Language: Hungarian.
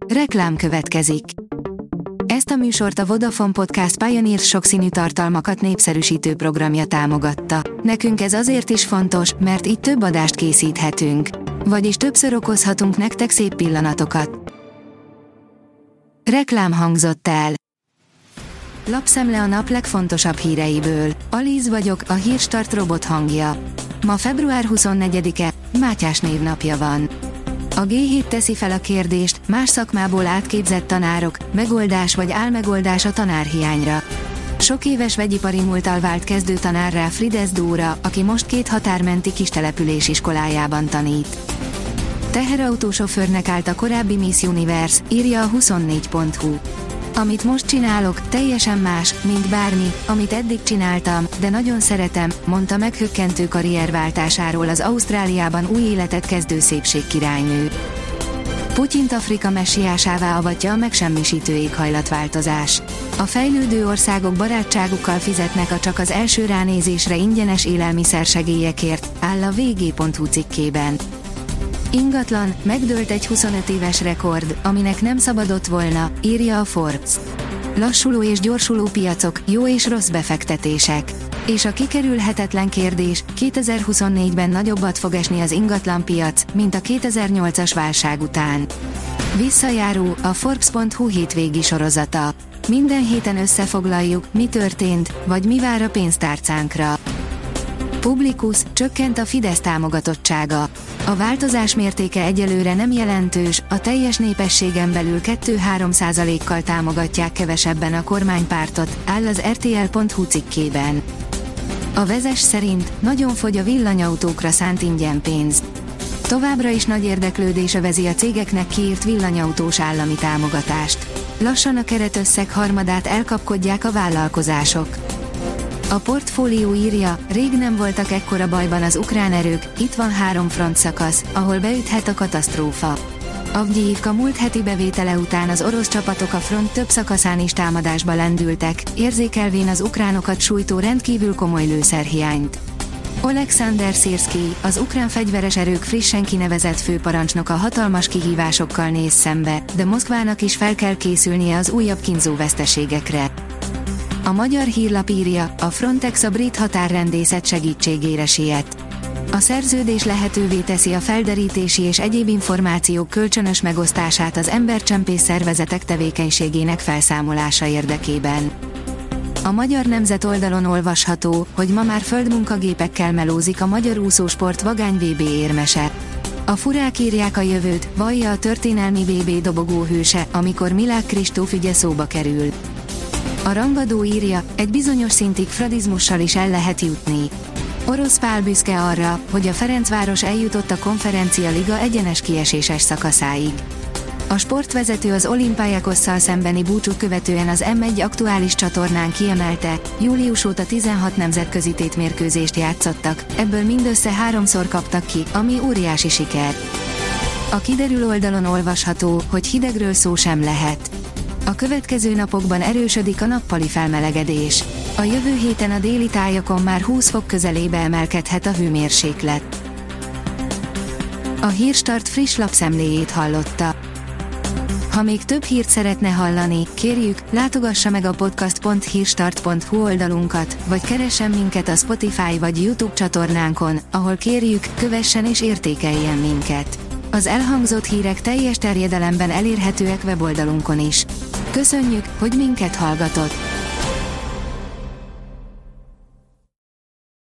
Reklám következik. Ezt a műsort a Vodafone Podcast Pioneer sokszínű tartalmakat népszerűsítő programja támogatta. Nekünk ez azért is fontos, mert így több adást készíthetünk. Vagyis többször okozhatunk nektek szép pillanatokat. Reklám hangzott el. Lapszemle a nap legfontosabb híreiből. Alíz vagyok, a Hírstart robot hangja. Ma február 24-e, Mátyás névnapja van. A G7 teszi fel a kérdést, más szakmából átképzett tanárok, megoldás vagy álmegoldás a tanárhiányra. Sok éves vegyipari múlttal vált kezdőtanárrá Frides Dóra, aki most 2 határmenti kistelepülés iskolájában tanít. Teherautósofőrnek állt a korábbi Miss Universe, írja a 24.hu. Amit most csinálok, teljesen más, mint bármi, amit eddig csináltam, de nagyon szeretem, mondta meghökkentő karrierváltásáról az Ausztráliában új életet kezdő szépségkirálynő. Putyint Afrika messiásává avatja a megsemmisítő éghajlatváltozás. A fejlődő országok barátságukkal fizetnek a csak az első ránézésre ingyenes élelmiszersegélyekért, áll a vg.hu cikkében. Ingatlan, megdőlt egy 25 éves rekord, aminek nem szabadott volna, írja a Forbes. Lassuló és gyorsuló piacok, jó és rossz befektetések. És a kikerülhetetlen kérdés, 2024-ben nagyobbat fog esni az ingatlanpiac, mint a 2008-as válság után. Visszajáró, a Forbes.hu hétvégi sorozata. Minden héten összefoglaljuk, mi történt, vagy mi vár a pénztárcánkra. Publikus, csökkent a Fidesz támogatottsága. A változás mértéke egyelőre nem jelentős, a teljes népességen belül 2-3%-kal támogatják kevesebben a kormánypártot, áll az RTL.hu cikkében. A Vezes szerint nagyon fogy a villanyautókra szánt ingyenpénz. Továbbra is nagy érdeklődés övezi a cégeknek kiírt villanyautós állami támogatást. Lassan a keretösszeg harmadát elkapkodják a vállalkozások. A Portfólió írja, rég nem voltak ekkora bajban az ukrán erők, itt van 3 front szakasz, ahol beüthet a katasztrófa. Avgyijivka múlt heti bevétele után az orosz csapatok a front több szakaszán is támadásba lendültek, érzékelvén az ukránokat sújtó rendkívül komoly lőszerhiányt. Oleksandr Szirszkij, az ukrán fegyveres erők frissen kinevezett főparancsnoka hatalmas kihívásokkal néz szembe, de Moszkvának is fel kell készülnie az újabb kínzó veszteségekre. A Magyar Hírlap írja, a Frontex a brit határrendészet segítségére siet. A szerződés lehetővé teszi a felderítési és egyéb információk kölcsönös megosztását az embercsempész szervezetek tevékenységének felszámolása érdekében. A Magyar Nemzet oldalon olvasható, hogy ma már földmunkagépekkel melózik a magyar úszósport vagány VB érmese. A furák írják a jövőt, vallja a történelmi VB dobogó hőse, amikor Milák Kristóf ügye szóba kerül. A rangadó írja, egy bizonyos szintig fradizmussal is el lehet jutni. Orosz Pál büszke arra, hogy a Ferencváros eljutott a Konferencia Liga egyenes kieséses szakaszáig. A sportvezető az Olympiakosszal szembeni búcsút követően az M1 aktuális csatornán kiemelte, július óta 16 nemzetközi tétmérkőzést játszottak, ebből mindössze 3-szor kaptak ki, ami óriási siker. A kiderül oldalon olvasható, hogy hidegről szó sem lehet. A következő napokban erősödik a nappali felmelegedés. A jövő héten a déli tájakon már 20 fok közelébe emelkedhet a hőmérséklet. A Hírstart friss lapszemléjét hallotta. Ha még több hírt szeretne hallani, kérjük, látogassa meg a podcast.hírstart.hu oldalunkat, vagy keressen minket a Spotify vagy YouTube csatornánkon, ahol kérjük, kövessen és értékeljen minket. Az elhangzott hírek teljes terjedelemben elérhetőek weboldalunkon is. Köszönjük, hogy minket hallgatott!